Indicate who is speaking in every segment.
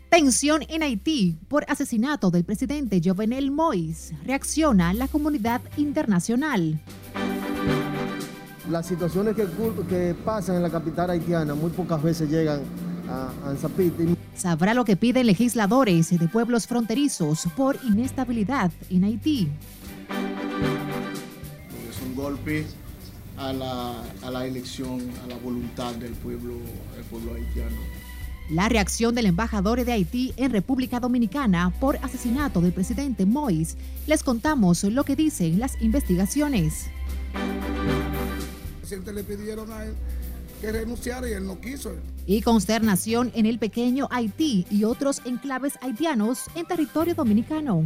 Speaker 1: Tensión en Haití por asesinato del presidente Jovenel Moïse. Reacciona la comunidad internacional.
Speaker 2: Las situaciones que pasan en la capital haitiana muy pocas veces llegan a Ansapiti.
Speaker 1: Sabrá lo que piden legisladores de pueblos fronterizos por inestabilidad en Haití.
Speaker 3: Es un golpe a la elección, a la voluntad del pueblo haitiano.
Speaker 1: La reacción del embajador de Haití en República Dominicana por asesinato del presidente Moïse. Les contamos lo que dicen las investigaciones.
Speaker 4: El presidente le pidieron a él que renunciara y él no quiso.
Speaker 1: Y consternación en el pequeño Haití y otros enclaves haitianos en territorio dominicano.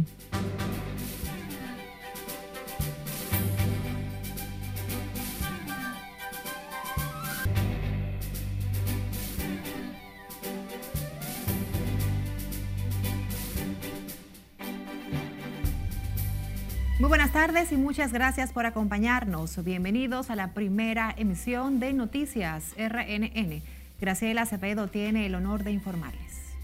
Speaker 1: Muy buenas tardes y muchas gracias por acompañarnos. Bienvenidos a la primera emisión de Noticias RNN. Graciela Acevedo tiene el honor de informarles.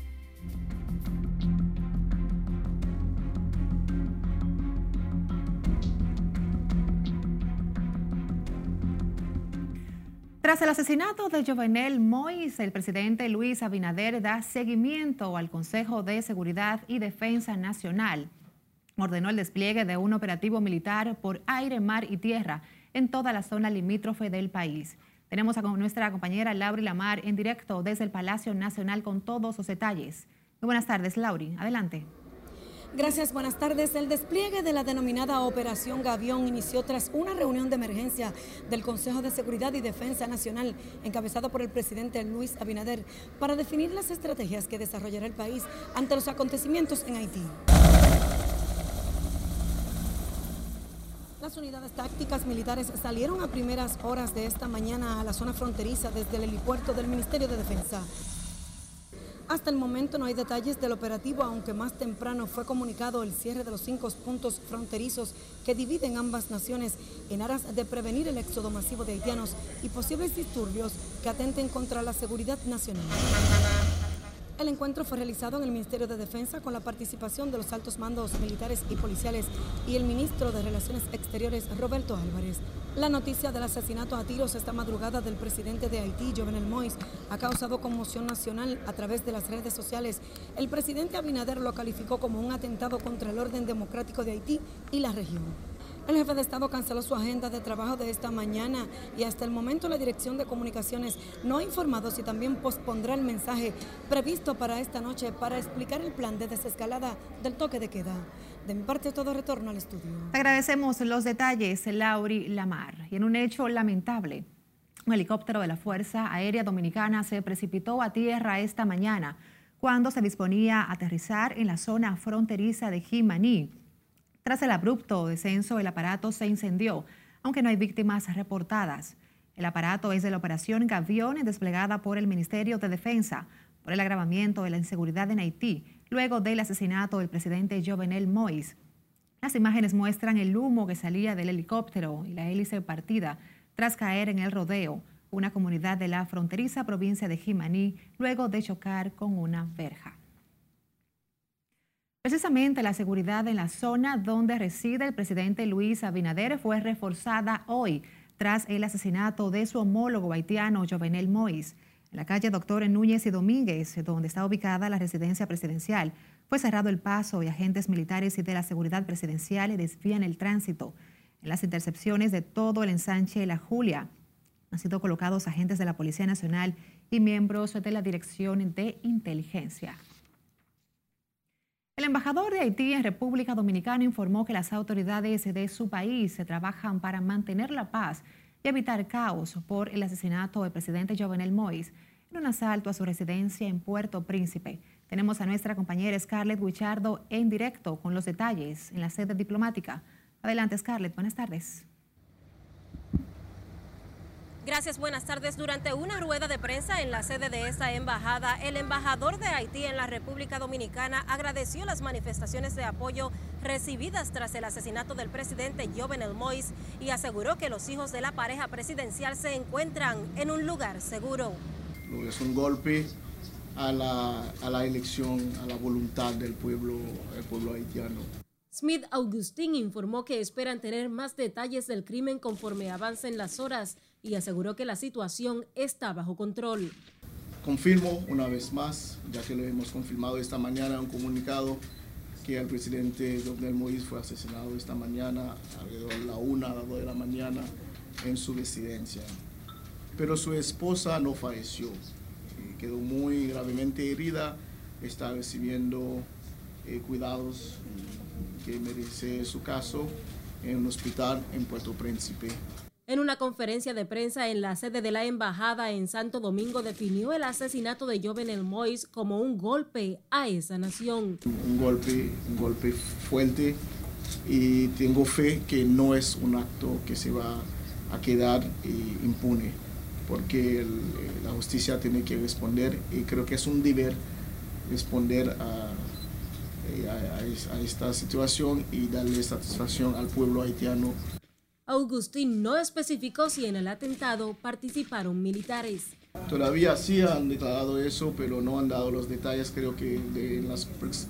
Speaker 1: Tras el asesinato de Jovenel Moïse, el presidente Luis Abinader da seguimiento al Consejo de Seguridad y Defensa Nacional. Ordenó el despliegue de un operativo militar por aire, mar y tierra en toda la zona limítrofe del país. Tenemos a nuestra compañera Lauri Lamar en directo desde el Palacio Nacional con todos los detalles. Muy buenas tardes, Lauri. Adelante.
Speaker 5: Gracias, buenas tardes. El despliegue de la denominada Operación Gavión inició tras una reunión de emergencia del Consejo de Seguridad y Defensa Nacional, encabezado por el presidente Luis Abinader, para definir las estrategias que desarrollará el país ante los acontecimientos en Haití. Las unidades tácticas militares salieron a primeras horas de esta mañana a la zona fronteriza desde el helipuerto del Ministerio de Defensa. Hasta el momento no hay detalles del operativo, aunque más temprano fue comunicado el cierre de los 5 puntos fronterizos que dividen ambas naciones en aras de prevenir el éxodo masivo de haitianos y posibles disturbios que atenten contra la seguridad nacional. El encuentro fue realizado en el Ministerio de Defensa con la participación de los altos mandos militares y policiales y el ministro de Relaciones Exteriores, Roberto Álvarez. La noticia del asesinato a tiros esta madrugada del presidente de Haití, Jovenel Moïse, ha causado conmoción nacional a través de las redes sociales. El presidente Abinader lo calificó como un atentado contra el orden democrático de Haití y la región. El jefe de Estado canceló su agenda de trabajo de esta mañana y hasta el momento la Dirección de Comunicaciones no ha informado si también pospondrá el mensaje previsto para esta noche para explicar el plan de desescalada del toque de queda. De mi parte, todo, retorno al estudio.
Speaker 1: Agradecemos los detalles, Lauri Lamar. Y en un hecho lamentable, un helicóptero de la Fuerza Aérea Dominicana se precipitó a tierra esta mañana cuando se disponía a aterrizar en la zona fronteriza de Jimaní. Tras el abrupto descenso, el aparato se incendió, aunque no hay víctimas reportadas. El aparato es de la Operación Gavión desplegada por el Ministerio de Defensa por el agravamiento de la inseguridad en Haití, luego del asesinato del presidente Jovenel Moïse. Las imágenes muestran el humo que salía del helicóptero y la hélice partida tras caer en El Rodeo, una comunidad de la fronteriza provincia de Jimaní, luego de chocar con una verja. Precisamente la seguridad en la zona donde reside el presidente Luis Abinader fue reforzada hoy tras el asesinato de su homólogo haitiano Jovenel Moïse. En la calle Doctor Núñez y Domínguez, donde está ubicada la residencia presidencial, fue cerrado el paso y agentes militares y de la seguridad presidencial desvían el tránsito. En las intercepciones de todo el ensanche La Julia han sido colocados agentes de la Policía Nacional y miembros de la Dirección de Inteligencia. El embajador de Haití en República Dominicana informó que las autoridades de su país se trabajan para mantener la paz y evitar caos por el asesinato del presidente Jovenel Moïse en un asalto a su residencia en Puerto Príncipe. Tenemos a nuestra compañera Scarlett Guichardo en directo con los detalles en la sede diplomática. Adelante, Scarlett, buenas tardes.
Speaker 6: Gracias, buenas tardes. Durante una rueda de prensa en la sede de esta embajada, el embajador de Haití en la República Dominicana agradeció las manifestaciones de apoyo recibidas tras el asesinato del presidente Jovenel Moïse y aseguró que los hijos de la pareja presidencial se encuentran en un lugar seguro.
Speaker 3: Es un golpe a la elección, a la voluntad del pueblo haitiano.
Speaker 6: Smith Augustín informó que esperan tener más detalles del crimen conforme avancen las horas y aseguró que la situación está bajo control.
Speaker 3: Confirmo una vez más, ya que lo hemos confirmado esta mañana, un comunicado que el presidente Jovenel Moïse fue asesinado esta mañana alrededor de la 1 a las 2 de la mañana en su residencia. Pero su esposa no falleció, quedó muy gravemente herida, está recibiendo cuidados que merece su caso en un hospital en Puerto Príncipe.
Speaker 6: En una conferencia de prensa en la sede de la embajada en Santo Domingo definió el asesinato de Jovenel Moïse como un golpe a esa nación.
Speaker 3: Un golpe fuerte, y tengo fe que no es un acto que se va a quedar impune, porque la justicia tiene que responder y creo que es un deber responder a esta situación y darle satisfacción al pueblo haitiano.
Speaker 6: Augustín no especificó si en el atentado participaron militares.
Speaker 3: Todavía sí han declarado eso, pero no han dado los detalles. Creo que en las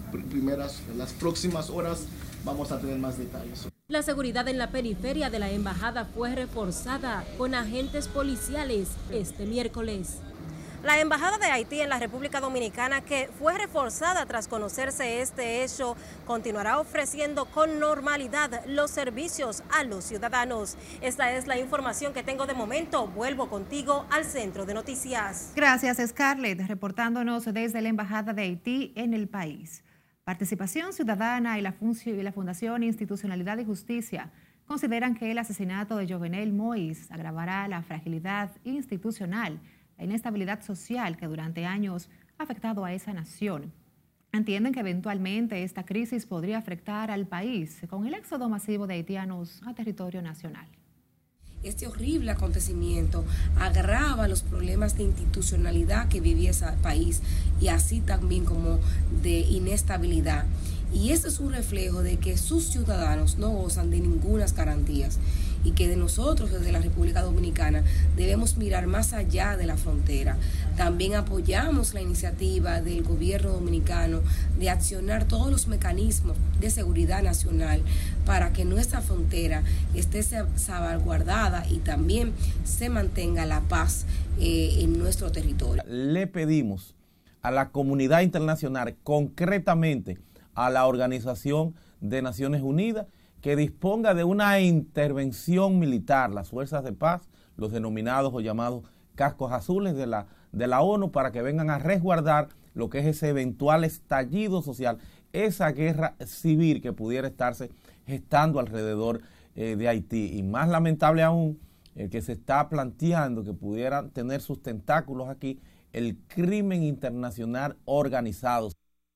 Speaker 3: próximas horas vamos a tener más detalles.
Speaker 6: La seguridad en la periferia de la embajada fue reforzada con agentes policiales este miércoles. La embajada de Haití en la República Dominicana, que fue reforzada tras conocerse este hecho, continuará ofreciendo con normalidad los servicios a los ciudadanos. Esta es la información que tengo de momento. Vuelvo contigo al Centro de Noticias.
Speaker 1: Gracias, Scarlett, reportándonos desde la embajada de Haití en el país. Participación Ciudadana y la Fundación Institucionalidad y Justicia consideran que el asesinato de Jovenel Moïse agravará la fragilidad institucional, la inestabilidad social que durante años ha afectado a esa nación. Entienden que eventualmente esta crisis podría afectar al país con el éxodo masivo de haitianos a territorio nacional.
Speaker 7: Este horrible acontecimiento agrava los problemas de institucionalidad que vivía ese país y así también como de inestabilidad. Y este es un reflejo de que sus ciudadanos no gozan de ninguna garantías y que de nosotros desde la República Dominicana debemos mirar más allá de la frontera. También apoyamos la iniciativa del gobierno dominicano de accionar todos los mecanismos de seguridad nacional para que nuestra frontera esté salvaguardada y también se mantenga la paz en nuestro territorio.
Speaker 8: Le pedimos a la comunidad internacional, concretamente a la Organización de Naciones Unidas, que disponga de una intervención militar, las fuerzas de paz, los denominados o llamados cascos azules de la ONU, para que vengan a resguardar lo que es ese eventual estallido social, esa guerra civil que pudiera estarse gestando alrededor de Haití. Y más lamentable aún, el que se está planteando que pudiera tener sus tentáculos aquí, el crimen internacional organizado.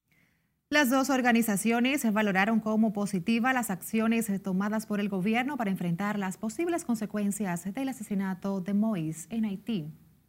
Speaker 1: Las dos organizaciones valoraron como positiva las acciones tomadas por el gobierno para enfrentar las posibles consecuencias del asesinato de Moïse en Haití.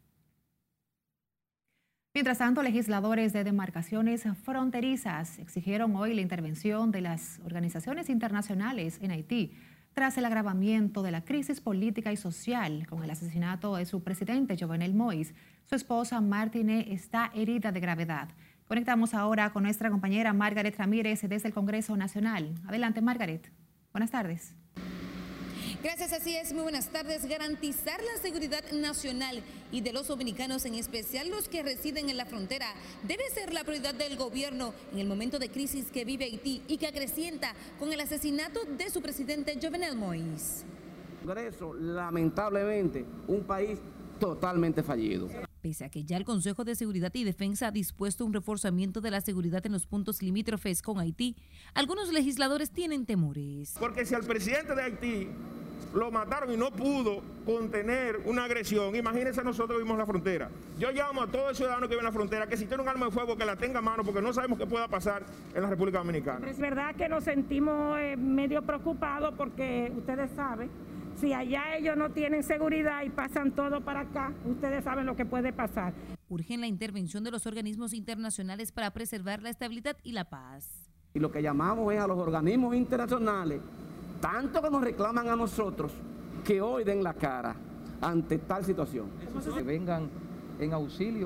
Speaker 1: Mientras tanto, legisladores de demarcaciones fronterizas exigieron hoy la intervención de las organizaciones internacionales en Haití tras el agravamiento de la crisis política y social con el asesinato de su presidente Jovenel Moïse. Su esposa Martine está herida de gravedad. Conectamos ahora con nuestra compañera Margaret Ramírez desde el Congreso Nacional. Adelante, Margaret. Buenas tardes.
Speaker 9: Gracias, así es. Muy buenas tardes. Garantizar la seguridad nacional y de los dominicanos, en especial los que residen en la frontera, debe ser la prioridad del gobierno en el momento de crisis que vive Haití y que acrecienta con el asesinato de su presidente Jovenel Moïse.
Speaker 10: Congreso, lamentablemente, un país totalmente fallido.
Speaker 9: Pese a que ya el Consejo de Seguridad y Defensa ha dispuesto un reforzamiento de la seguridad en los puntos limítrofes con Haití, algunos legisladores tienen temores.
Speaker 11: Porque si al presidente de Haití lo mataron y no pudo contener una agresión, imagínense, nosotros vivimos en la frontera. Yo llamo a todo el ciudadano que vive en la frontera que si tiene un arma de fuego que la tenga a mano, porque no sabemos qué pueda pasar en la República Dominicana.
Speaker 12: Es verdad que nos sentimos medio preocupados porque ustedes saben, si allá ellos no tienen seguridad y pasan todo para acá, ustedes saben lo que puede pasar.
Speaker 9: Urgen la intervención de los organismos internacionales para preservar la estabilidad y la paz.
Speaker 10: Y lo que llamamos es a los organismos internacionales, tanto que nos reclaman a nosotros, que hoy den la cara ante tal situación.
Speaker 13: Que vengan en auxilio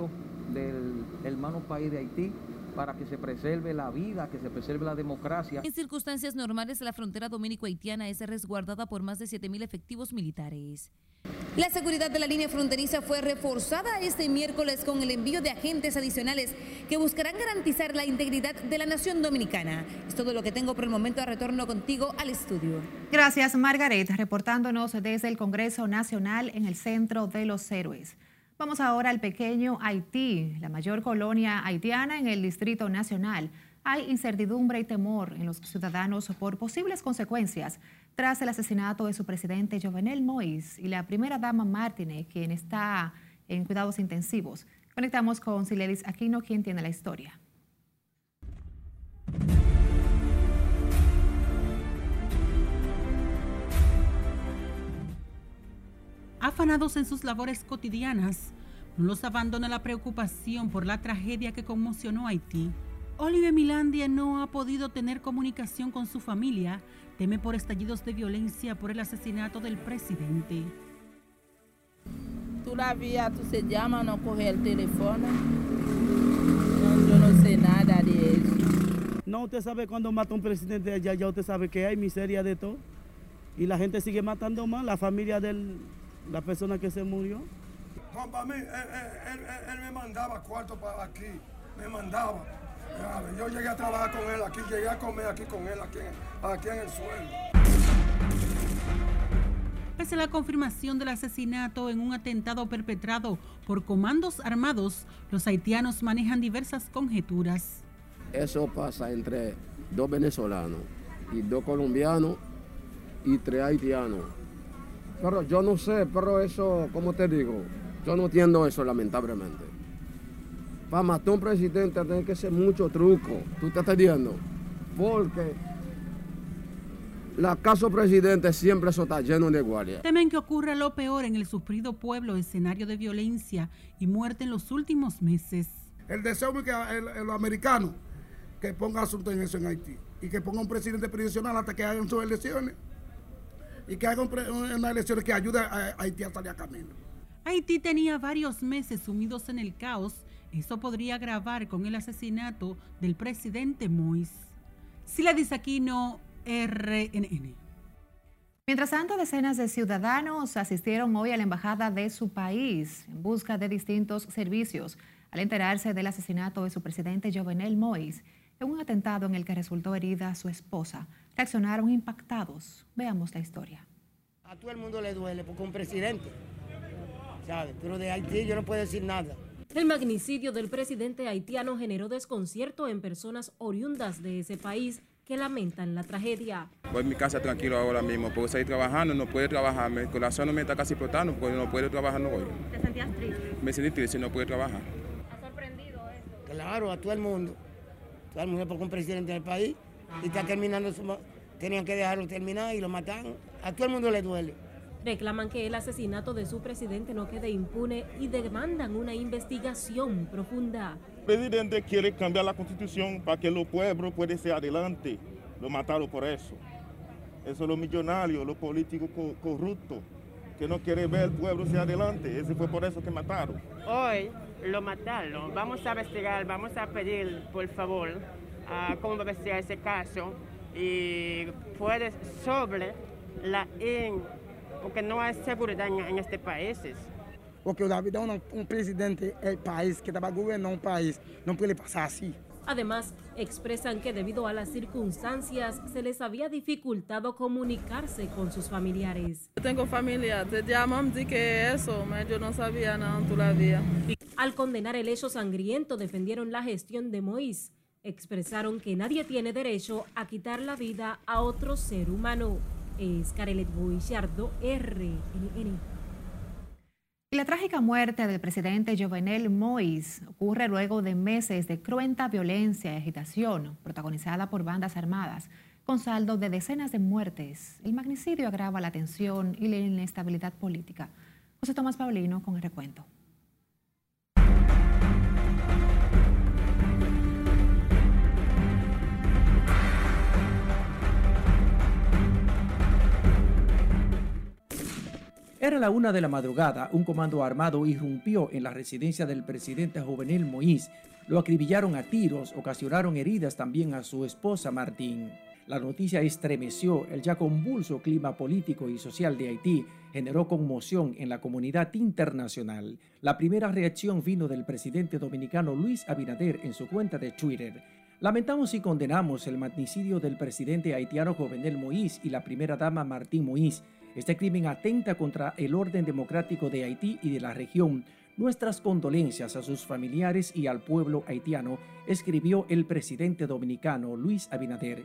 Speaker 10: del hermano país de Haití, para que se preserve la vida, que se preserve la democracia.
Speaker 9: En circunstancias normales, la frontera dominico-haitiana es resguardada por más de 7.000 efectivos militares. La seguridad de la línea fronteriza fue reforzada este miércoles con el envío de agentes adicionales que buscarán garantizar la integridad de la nación dominicana. Es todo lo que tengo por el momento. Retorno contigo al estudio.
Speaker 1: Gracias, Margaret, reportándonos desde el Congreso Nacional en el Centro de los Héroes. Vamos ahora al pequeño Haití, la mayor colonia haitiana en el Distrito Nacional. Hay incertidumbre y temor en los ciudadanos por posibles consecuencias tras el asesinato de su presidente Jovenel Moïse y la primera dama Martínez, quien está en cuidados intensivos. Conectamos con Siledis Aquino, quien tiene la historia.
Speaker 13: Afanados en sus labores cotidianas, no los abandona la preocupación por la tragedia que conmocionó a Haití. Olive Milandia no ha podido tener comunicación con su familia, teme por estallidos de violencia por el asesinato del presidente.
Speaker 14: Tú la vías, tú se llama, no coge el teléfono. No, yo no sé nada de eso.
Speaker 15: No, usted sabe cuando mata a un presidente allá, ya usted sabe que hay miseria de todo. Y la gente sigue matando más, la familia de la persona que se murió.
Speaker 4: No, para mí, él me mandaba cuarto para aquí, me mandaba. Yo llegué a trabajar con él aquí, llegué a comer aquí con él, aquí en el suelo.
Speaker 13: Pese a la confirmación del asesinato en un atentado perpetrado por comandos armados, los haitianos manejan diversas conjeturas.
Speaker 10: Eso pasa entre 2 venezolanos y 2 colombianos y 3 haitianos. Pero yo no sé, pero eso, como te digo, yo no entiendo eso lamentablemente. Para matar a un presidente tiene que ser mucho truco, ¿tú te estás viendo? Porque la casa presidente siempre eso está lleno de guardias.
Speaker 13: Temen que ocurra lo peor en el sufrido pueblo, escenario de violencia y muerte en los últimos meses.
Speaker 4: El deseo es que los americanos que pongan asunto en eso en Haití y que pongan un presidente provisional hasta que hagan sus elecciones y que hagan unas elecciones que ayuden a Haití a salir a camino.
Speaker 13: Haití tenía varios meses sumidos en el caos. Eso podría agravar con el asesinato del presidente Moïse. Siledis Aquino, RNN.
Speaker 1: Mientras tanto, decenas de ciudadanos asistieron hoy a la embajada de su país en busca de distintos servicios al enterarse del asesinato de su presidente Jovenel Moïse en un atentado en el que resultó herida su esposa. Reaccionaron impactados. Veamos la historia.
Speaker 16: A todo el mundo le duele porque un presidente, ¿sabe? Pero de Haití yo no puedo decir nada.
Speaker 6: El magnicidio del presidente haitiano generó desconcierto en personas oriundas de ese país que lamentan la tragedia.
Speaker 17: Voy a mi casa tranquilo ahora mismo, porque estoy trabajando, no puedo trabajar, mi corazón no me está casi explotando porque no puedo trabajar hoy.
Speaker 6: ¿Te sentías triste?
Speaker 17: Me sentí triste, no puedo trabajar.
Speaker 6: ¿Ha sorprendido eso?
Speaker 16: Claro, a todo el mundo porque un presidente del país y está terminando tenían que dejarlo terminar y lo mataron. A todo el mundo le duele.
Speaker 6: Reclaman que el asesinato de su presidente no quede impune y demandan una investigación profunda.
Speaker 11: El presidente quiere cambiar la constitución para que los pueblos puedan ser adelante. Lo mataron por eso. Eso es los millonarios, los políticos corruptos, que no quieren ver el pueblo ser adelante. Ese fue por eso que mataron.
Speaker 18: Hoy lo mataron. Vamos a investigar, vamos a pedir, por favor, cómo va a ser ese caso y puede sobre porque no hay seguridad en este país.
Speaker 19: Porque la vida de un presidente del país que estaba gobernando un país no puede pasar así.
Speaker 6: Además, expresan que debido a las circunstancias se les había dificultado comunicarse con sus familiares.
Speaker 20: Yo tengo familia, te llaman, di que eso, yo no sabía nada todavía.
Speaker 6: Al condenar el hecho sangriento, defendieron la gestión de Moïse. Expresaron que nadie tiene derecho a quitar la vida a otro ser humano. Es Carelet Boichardo, RNN.
Speaker 1: La trágica muerte del presidente Jovenel Moïse ocurre luego de meses de cruenta violencia y agitación protagonizada por bandas armadas, con saldo de decenas de muertes. El magnicidio agrava la tensión y la inestabilidad política. José Tomás Paulino con el recuento.
Speaker 21: Era la 1 de la madrugada, un comando armado irrumpió en la residencia del presidente Jovenel Moïse. Lo acribillaron a tiros, ocasionaron heridas también a su esposa Martín. La noticia estremeció el ya convulso clima político y social de Haití, generó conmoción en la comunidad internacional. La primera reacción vino del presidente dominicano Luis Abinader en su cuenta de Twitter. Lamentamos y condenamos el magnicidio del presidente haitiano Jovenel Moïse y la primera dama Martín Moïse. Este crimen atenta contra el orden democrático de Haití y de la región. Nuestras condolencias a sus familiares y al pueblo haitiano, escribió el presidente dominicano Luis Abinader.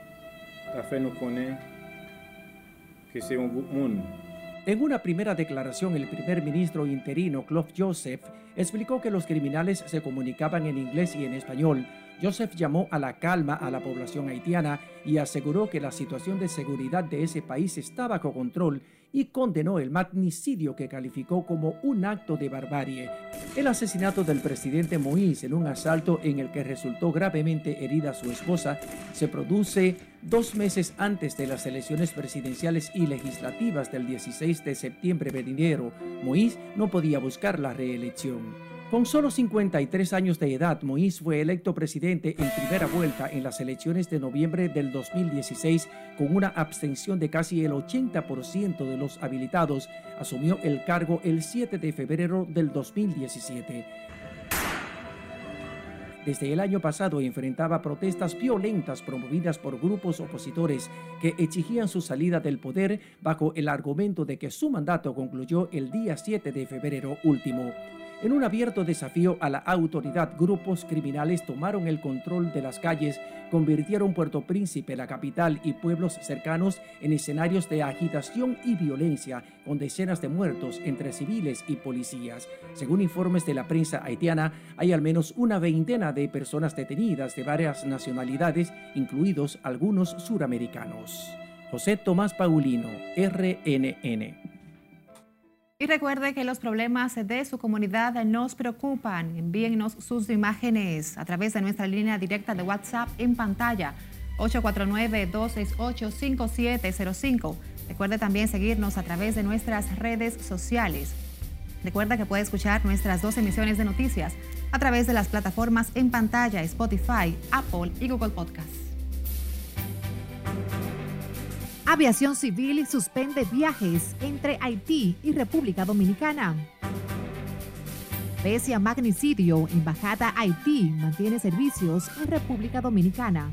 Speaker 21: En una primera declaración, el primer ministro interino Claude Joseph explicó que los criminales se comunicaban en inglés y en español. Joseph llamó a la calma a la población haitiana y aseguró que la situación de seguridad de ese país está bajo control y condenó el magnicidio que calificó como un acto de barbarie. El asesinato del presidente Moïse en un asalto en el que resultó gravemente herida su esposa se produce 2 meses antes de las elecciones presidenciales y legislativas del 16 de septiembre venidero. Moïse no podía buscar la reelección. Con solo 53 años de edad, Moïse fue electo presidente en primera vuelta en las elecciones de noviembre del 2016 con una abstención de casi el 80% de los habilitados. Asumió el cargo el 7 de febrero del 2017. Desde el año pasado enfrentaba protestas violentas promovidas por grupos opositores que exigían su salida del poder bajo el argumento de que su mandato concluyó el día 7 de febrero último. En un abierto desafío a la autoridad, grupos criminales tomaron el control de las calles, convirtieron Puerto Príncipe, la capital, y pueblos cercanos en escenarios de agitación y violencia, con decenas de muertos entre civiles y policías. Según informes de la prensa haitiana, hay al menos una veintena de personas detenidas de varias nacionalidades, incluidos algunos suramericanos. José Tomás Paulino, RNN.
Speaker 1: Y recuerde que los problemas de su comunidad nos preocupan. Envíennos sus imágenes a través de nuestra línea directa de WhatsApp en pantalla, 849-268-5705. Recuerde también seguirnos a través de nuestras redes sociales. Recuerda que puede escuchar nuestras 2 emisiones de noticias a través de las plataformas en pantalla, Spotify, Apple y Google Podcasts. Aviación Civil suspende viajes entre Haití y República Dominicana. Pese a magnicidio, Embajada Haití mantiene servicios en República Dominicana.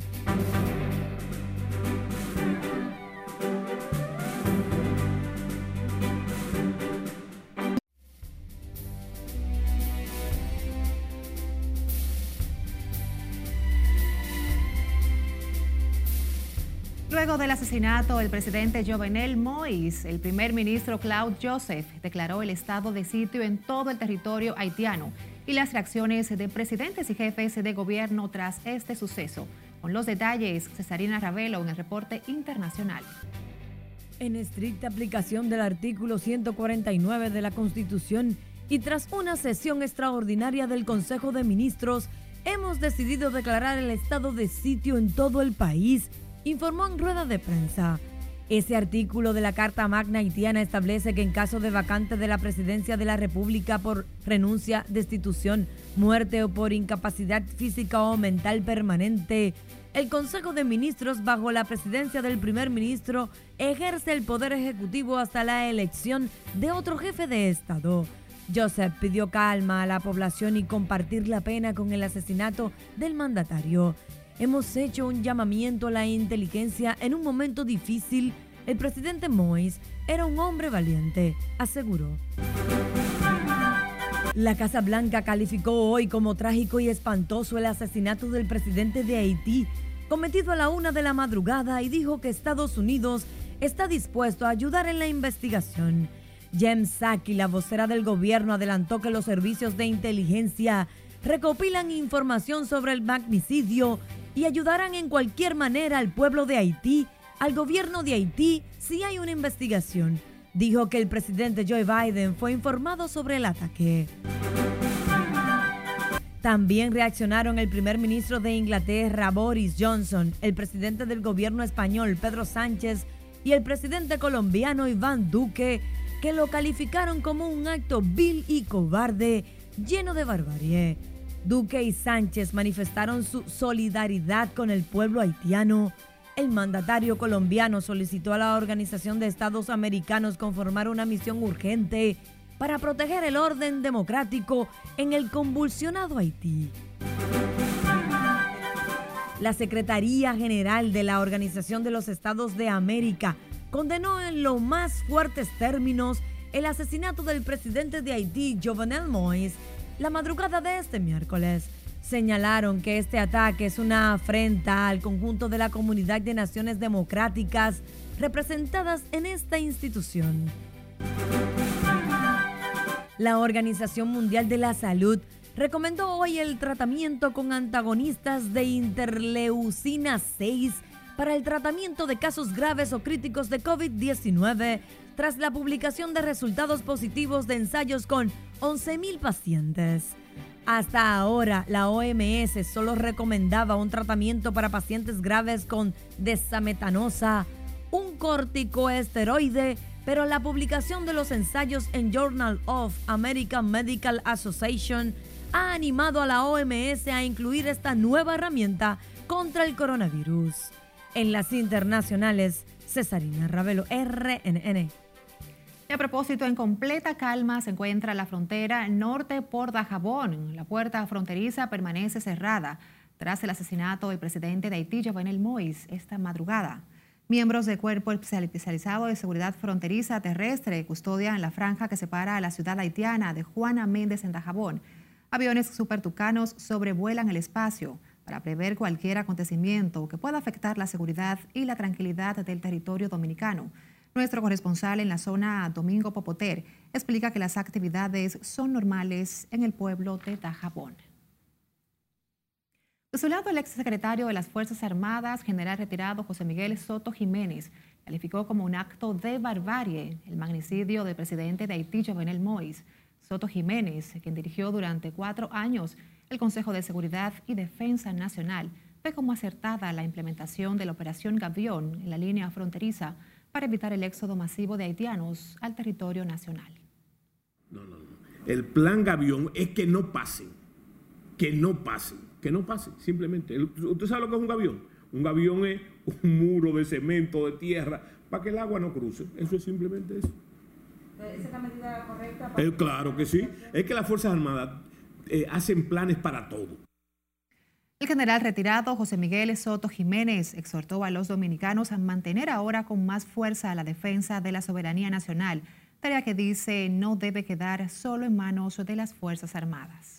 Speaker 1: Luego del asesinato del presidente Jovenel Moïse, el primer ministro Claude Joseph declaró el estado de sitio en todo el territorio haitiano y las reacciones de presidentes y jefes de gobierno tras este suceso. Con los detalles, Cesarina Ravelo en el reporte internacional.
Speaker 22: En estricta aplicación del artículo 149 de la Constitución y tras una sesión extraordinaria del Consejo de Ministros, hemos decidido declarar el estado de sitio en todo el país, informó en rueda de prensa. Ese artículo de la Carta Magna haitiana establece que en caso de vacante de la presidencia de la República por renuncia, destitución, muerte o por incapacidad física o mental permanente, el Consejo de Ministros, bajo la presidencia del primer ministro, ejerce el poder ejecutivo hasta la elección de otro jefe de Estado. Joseph pidió calma a la población y compartir la pena con el asesinato del mandatario. Hemos hecho un llamamiento a la inteligencia en un momento difícil. El presidente Moïse era un hombre valiente, aseguró. La Casa Blanca calificó hoy como trágico y espantoso el asesinato del presidente de Haití, cometido a la 1 de la madrugada, y dijo que Estados Unidos está dispuesto a ayudar en la investigación. Jen Psaki, la vocera del gobierno, adelantó que los servicios de inteligencia recopilan información sobre el magnicidio y ayudarán en cualquier manera al pueblo de Haití, al gobierno de Haití, si hay una investigación. Dijo que el presidente Joe Biden fue informado sobre el ataque. También reaccionaron el primer ministro de Inglaterra, Boris Johnson, el presidente del gobierno español, Pedro Sánchez, y el presidente colombiano, Iván Duque, que lo calificaron como un acto vil y cobarde, lleno de barbarie. Duque y Sánchez manifestaron su solidaridad con el pueblo haitiano. El mandatario colombiano solicitó a la Organización de Estados Americanos conformar una misión urgente para proteger el orden democrático en el convulsionado Haití. La Secretaría General de la Organización de los Estados de América condenó en los más fuertes términos el asesinato del presidente de Haití, Jovenel Moïse, la madrugada de este miércoles. Señalaron que este ataque es una afrenta al conjunto de la comunidad de naciones democráticas representadas en esta institución. La Organización Mundial de la Salud recomendó hoy el tratamiento con antagonistas de interleucina 6 para el tratamiento de casos graves o críticos de COVID-19 tras la publicación de resultados positivos de ensayos con 11,000 pacientes. Hasta ahora, la OMS solo recomendaba un tratamiento para pacientes graves con desametanosa, un corticoesteroide, pero la publicación de los ensayos en Journal of American Medical Association ha animado a la OMS a incluir esta nueva herramienta contra el coronavirus. En las internacionales, Cesarina Ravelo, RNN.
Speaker 1: Y a propósito, en completa calma se encuentra la frontera norte por Dajabón. La puerta fronteriza permanece cerrada tras el asesinato del presidente de Haití, Jovenel Moïse, esta madrugada. Miembros del Cuerpo Especializado de Seguridad Fronteriza Terrestre custodian la franja que separa a la ciudad haitiana de Juana Méndez en Dajabón. Aviones supertucanos sobrevuelan el espacio para prever cualquier acontecimiento que pueda afectar la seguridad y la tranquilidad del territorio dominicano. Nuestro corresponsal en la zona, Domingo Popoter, explica que las actividades son normales en el pueblo de Dajabón. De su lado, el exsecretario de las Fuerzas Armadas, general retirado José Miguel Soto Jiménez, calificó como un acto de barbarie el magnicidio del presidente de Haití, Jovenel Moïse. Soto Jiménez, quien dirigió durante 4 años el Consejo de Seguridad y Defensa Nacional, ve como acertada la implementación de la Operación Gavión en la línea fronteriza para evitar el éxodo masivo de haitianos al territorio nacional.
Speaker 11: No. El plan Gavión es que no pasen, simplemente. ¿Usted sabe lo que es un gavión? Un gavión es un muro de cemento, de tierra, para que el agua no cruce. Eso es simplemente eso.
Speaker 2: ¿Esa es la medida correcta?
Speaker 11: Claro que sí. Es que las Fuerzas Armadas hacen planes para todo.
Speaker 1: El general retirado José Miguel Soto Jiménez exhortó a los dominicanos a mantener ahora con más fuerza la defensa de la soberanía nacional, tarea que dice no debe quedar solo en manos de las Fuerzas Armadas.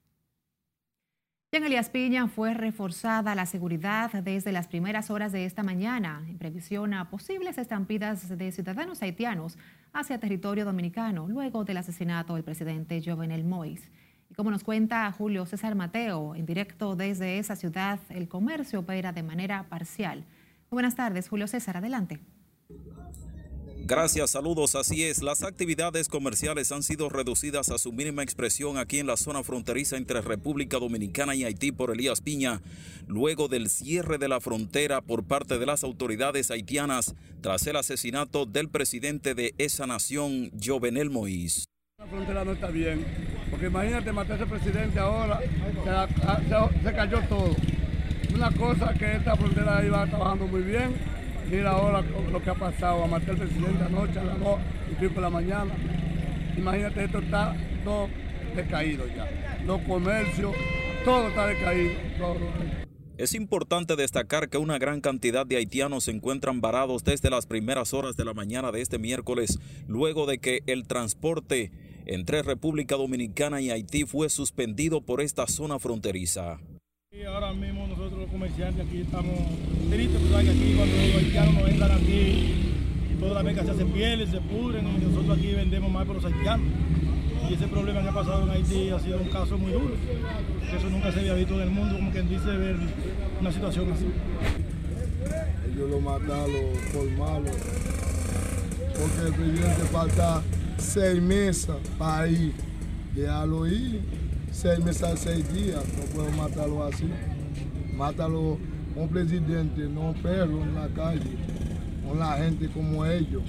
Speaker 1: Y en Elías Piña fue reforzada la seguridad desde las primeras horas de esta mañana, en previsión a posibles estampidas de ciudadanos haitianos hacia territorio dominicano, luego del asesinato del presidente Jovenel Moïse. Y como nos cuenta Julio César Mateo, en directo desde esa ciudad, el comercio opera de manera parcial. Muy buenas tardes, Julio César, adelante.
Speaker 5: Gracias, saludos. Así es, las actividades comerciales han sido reducidas a su mínima expresión aquí en la zona fronteriza entre República Dominicana y Haití por Elías Piña, luego del cierre de la frontera por parte de las autoridades haitianas tras el asesinato del presidente de esa nación, Jovenel Moïse.
Speaker 4: La frontera no está bien, porque imagínate matar a ese presidente ahora, se cayó todo. Una cosa que esta frontera iba trabajando muy bien, mira ahora lo que ha pasado, a matar al presidente anoche a las 2:30 de la mañana. Imagínate, esto está todo decaído ya. Los comercios, todo está decaído. Todo.
Speaker 5: Es importante destacar que una gran cantidad de haitianos se encuentran varados desde las primeras horas de la mañana de este miércoles, luego de que el transporte entre República Dominicana y Haití fue suspendido por esta zona fronteriza.
Speaker 23: Y ahora mismo nosotros los comerciantes aquí estamos tristes, porque aquí cuando los haitianos nos entran aquí, todas las mercancías se pierden, se pudren y nosotros aquí vendemos más por los haitianos. Y ese problema que ha pasado en Haití ha sido un caso muy duro. Eso nunca se había visto en el mundo, como quien dice, ver una situación así.
Speaker 3: Ellos lo mataron por malo, porque el presidente falta 6 meses para ir, dejarlo ir, 6 meses, 6 días, no puedo matarlo así. Mátalo un presidente, no un perro en la calle, con la gente como ellos.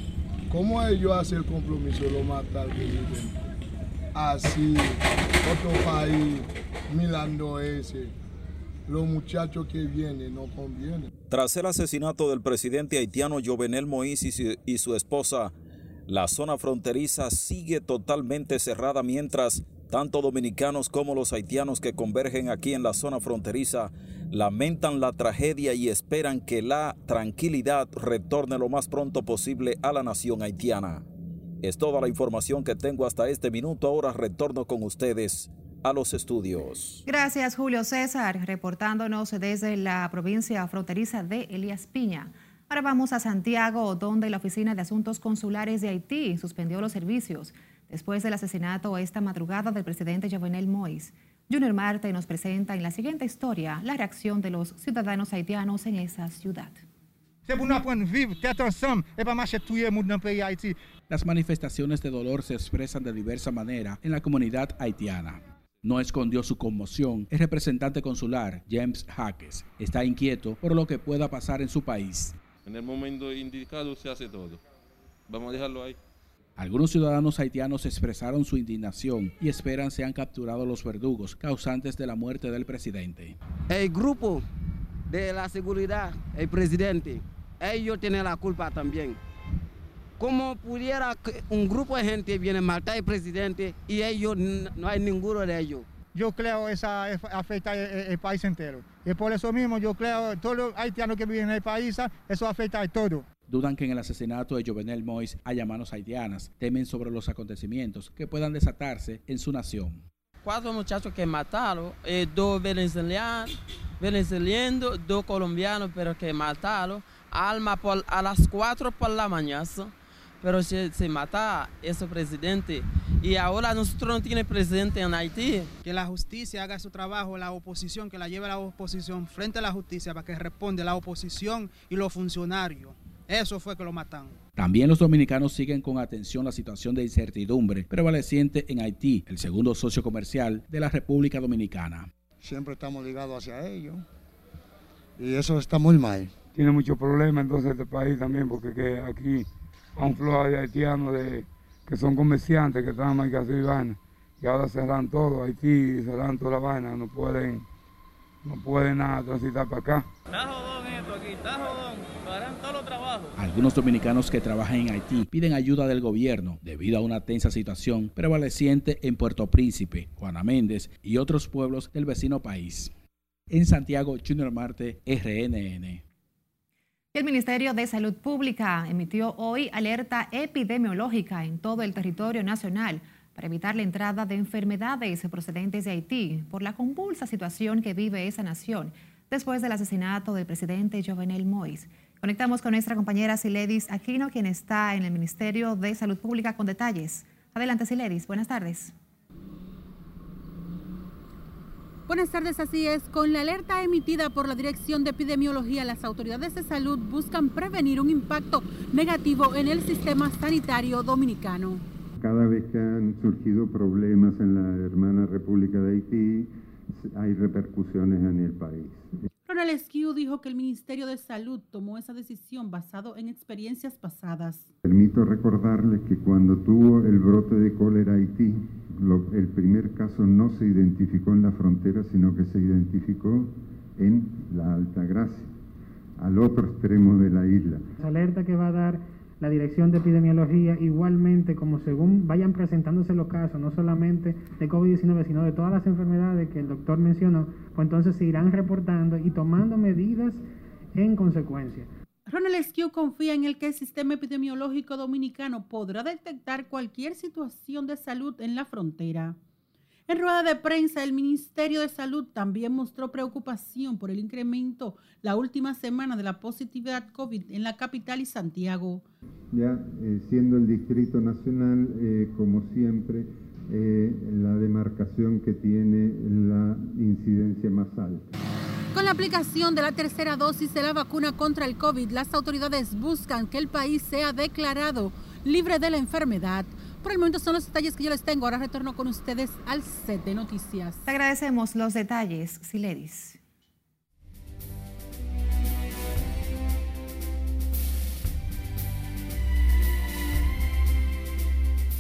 Speaker 23: ¿Cómo ellos hacen el compromiso de lo matar que viven? Así, otro país, mirando ese, los muchachos que vienen no convienen.
Speaker 5: Tras el asesinato del presidente haitiano Jovenel Moïse y su esposa, la zona fronteriza sigue totalmente cerrada mientras tanto dominicanos como los haitianos que convergen aquí en la zona fronteriza lamentan la tragedia y esperan que la tranquilidad retorne lo más pronto posible a la nación haitiana. Es toda la información que tengo hasta este minuto. Ahora retorno con ustedes a los estudios.
Speaker 1: Gracias, Julio César, reportándonos desde la provincia fronteriza de Elías Piña. Ahora vamos a Santiago, donde la Oficina de Asuntos Consulares de Haití suspendió los servicios después del asesinato esta madrugada del presidente Jovenel Moïse. Junior Marte nos presenta en la siguiente historia la reacción de los ciudadanos haitianos en esa ciudad.
Speaker 7: Las manifestaciones de dolor se expresan de diversa manera en la comunidad haitiana. No escondió su conmoción. El representante consular, James Jaques, está inquieto por lo que pueda pasar en su país.
Speaker 8: En el momento indicado se hace todo. Vamos a dejarlo ahí.
Speaker 7: Algunos ciudadanos haitianos expresaron su indignación y esperan sean capturados los verdugos causantes de la muerte del presidente.
Speaker 10: El grupo de la seguridad, el presidente, ellos tienen la culpa también. ¿Cómo pudiera un grupo de gente viene a matar al presidente y ellos no hay ninguno de ellos?
Speaker 12: Yo creo que eso afecta el país entero. Y por eso mismo yo creo que todos los haitianos que viven en el país, eso afecta a todo.
Speaker 7: Dudan que en el asesinato de Jovenel Moïse haya manos haitianas. Temen sobre los acontecimientos que puedan desatarse en su nación.
Speaker 14: 4 muchachos que mataron, 2 venezolanos, 2 colombianos, pero que mataron a las 4 por la mañana. Pero se mata ese presidente y ahora nosotros no tenemos presidente en Haití.
Speaker 24: Que la justicia haga su trabajo, la oposición, que la lleve la oposición frente a la justicia para que responda la oposición y los funcionarios. Eso fue que lo mataron.
Speaker 7: También los dominicanos siguen con atención la situación de incertidumbre prevaleciente en Haití, el segundo socio comercial de la República Dominicana.
Speaker 25: Siempre estamos ligados hacia ellos y eso está muy mal.
Speaker 26: Tiene muchos problemas entonces este país también, porque que aquí hay un flujo de haitianos que son comerciantes que estaban aquí así vaina y ahora cerran todo, Haití cerran toda la vaina, no pueden nada transitar para acá.
Speaker 27: Está jodón esto aquí, está jodón, harán todos los trabajos.
Speaker 7: Algunos dominicanos que trabajan en Haití piden ayuda del gobierno debido a una tensa situación prevaleciente en Puerto Príncipe, Juana Méndez y otros pueblos del vecino país. En Santiago, Junior Marte, RNN.
Speaker 1: El Ministerio de Salud Pública emitió hoy alerta epidemiológica en todo el territorio nacional para evitar la entrada de enfermedades procedentes de Haití por la convulsa situación que vive esa nación después del asesinato del presidente Jovenel Moïse. Conectamos con nuestra compañera Siledis Aquino, quien está en el Ministerio de Salud Pública con detalles. Adelante, Siledis. Buenas tardes.
Speaker 28: Buenas tardes, así es. Con la alerta emitida por la Dirección de Epidemiología, las autoridades de salud buscan prevenir un impacto negativo en el sistema sanitario dominicano.
Speaker 29: Cada vez que han surgido problemas en la hermana República de Haití, hay repercusiones en el país.
Speaker 13: Ronald Esquiu dijo que el Ministerio de Salud tomó esa decisión basado en experiencias pasadas.
Speaker 29: Permito recordarles que cuando tuvo el brote de cólera Haití, el primer caso no se identificó en la frontera, sino que se identificó en la Altagracia, al otro extremo de la isla.
Speaker 30: La alerta que va a dar la Dirección de Epidemiología, igualmente como según vayan presentándose los casos, no solamente de COVID-19, sino de todas las enfermedades que el doctor mencionó, pues entonces se irán reportando y tomando medidas en consecuencia.
Speaker 13: Ronald Esquiu confía en el que el sistema epidemiológico dominicano podrá detectar cualquier situación de salud en la frontera. En rueda de prensa, el Ministerio de Salud también mostró preocupación por el incremento la última semana de la positividad COVID en la capital y Santiago.
Speaker 29: Ya siendo el Distrito Nacional, como siempre, la demarcación que tiene la incidencia más alta.
Speaker 28: Con la aplicación de la tercera dosis de la vacuna contra el COVID, las autoridades buscan que el país sea declarado libre de la enfermedad. Por el momento son los detalles que yo les tengo. Ahora retorno con ustedes al set de noticias.
Speaker 1: Te agradecemos los detalles, Siledis.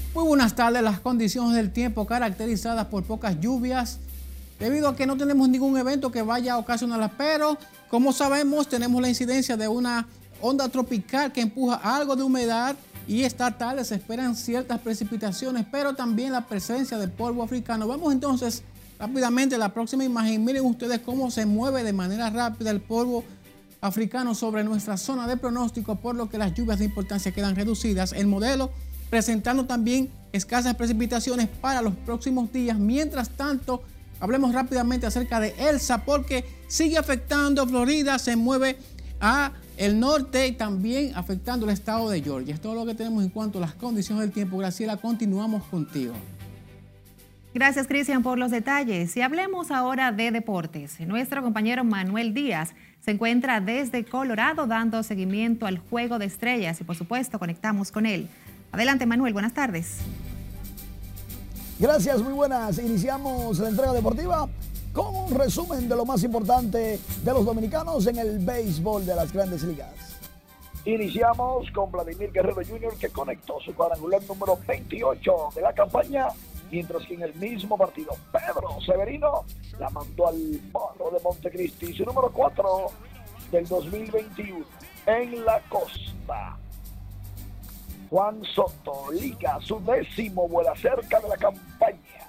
Speaker 6: Muy buenas tardes. Las condiciones del tiempo caracterizadas por pocas lluvias debido a que no tenemos ningún evento que vaya a ocasionarlas, pero como sabemos tenemos la incidencia de una onda tropical que empuja algo de humedad y esta tarde se esperan ciertas precipitaciones, pero también la presencia de polvo africano. Vamos entonces rápidamente a la próxima imagen. Miren ustedes cómo se mueve de manera rápida el polvo africano sobre nuestra zona de pronóstico, por lo que las lluvias de importancia quedan reducidas. El modelo presentando también escasas precipitaciones para los próximos días. Mientras tanto, hablemos rápidamente acerca de Elsa, porque sigue afectando a Florida, se mueve a el norte y también afectando el estado de Georgia. Es todo lo que tenemos en cuanto a las condiciones del tiempo. Graciela, continuamos contigo.
Speaker 1: Gracias, Cristian, por los detalles. Y hablemos ahora de deportes. Nuestro compañero Manuel Díaz se encuentra desde Colorado dando seguimiento al Juego de Estrellas y, por supuesto, conectamos con él. Adelante, Manuel, buenas tardes.
Speaker 9: Gracias, muy buenas. Iniciamos la entrega deportiva con un resumen de lo más importante de los dominicanos en el béisbol de las Grandes Ligas.
Speaker 15: Iniciamos con Vladimir Guerrero Jr., que conectó su cuadrangular número 28 de la campaña, mientras que en el mismo partido Pedro Severino la mandó al palo de Montecristi, su número 4 del 2021 en la costa. Juan Soto liga su 10º vuela cerca de la campaña.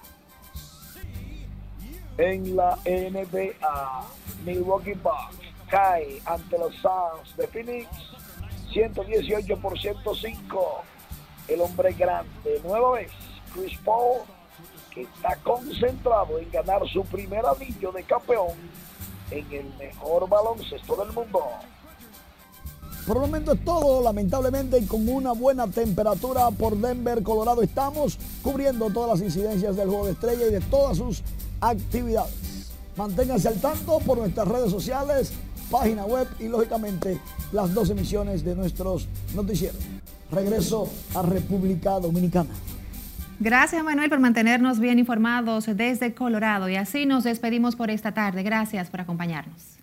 Speaker 15: En la NBA, Milwaukee Bucks cae ante los Suns de Phoenix 118 por 105. El hombre grande, nueva vez, Chris Paul, que está concentrado en ganar su primer anillo de campeón en el mejor baloncesto del mundo.
Speaker 9: Por el momento es todo, lamentablemente, y con una buena temperatura por Denver, Colorado. Estamos cubriendo todas las incidencias del Juego de Estrella y de todas sus actividades. Manténganse al tanto por nuestras redes sociales, página web y, lógicamente, las 2 emisiones de nuestros noticieros. Regreso a República Dominicana.
Speaker 1: Gracias, Manuel, por mantenernos bien informados desde Colorado. Y así nos despedimos por esta tarde. Gracias por acompañarnos.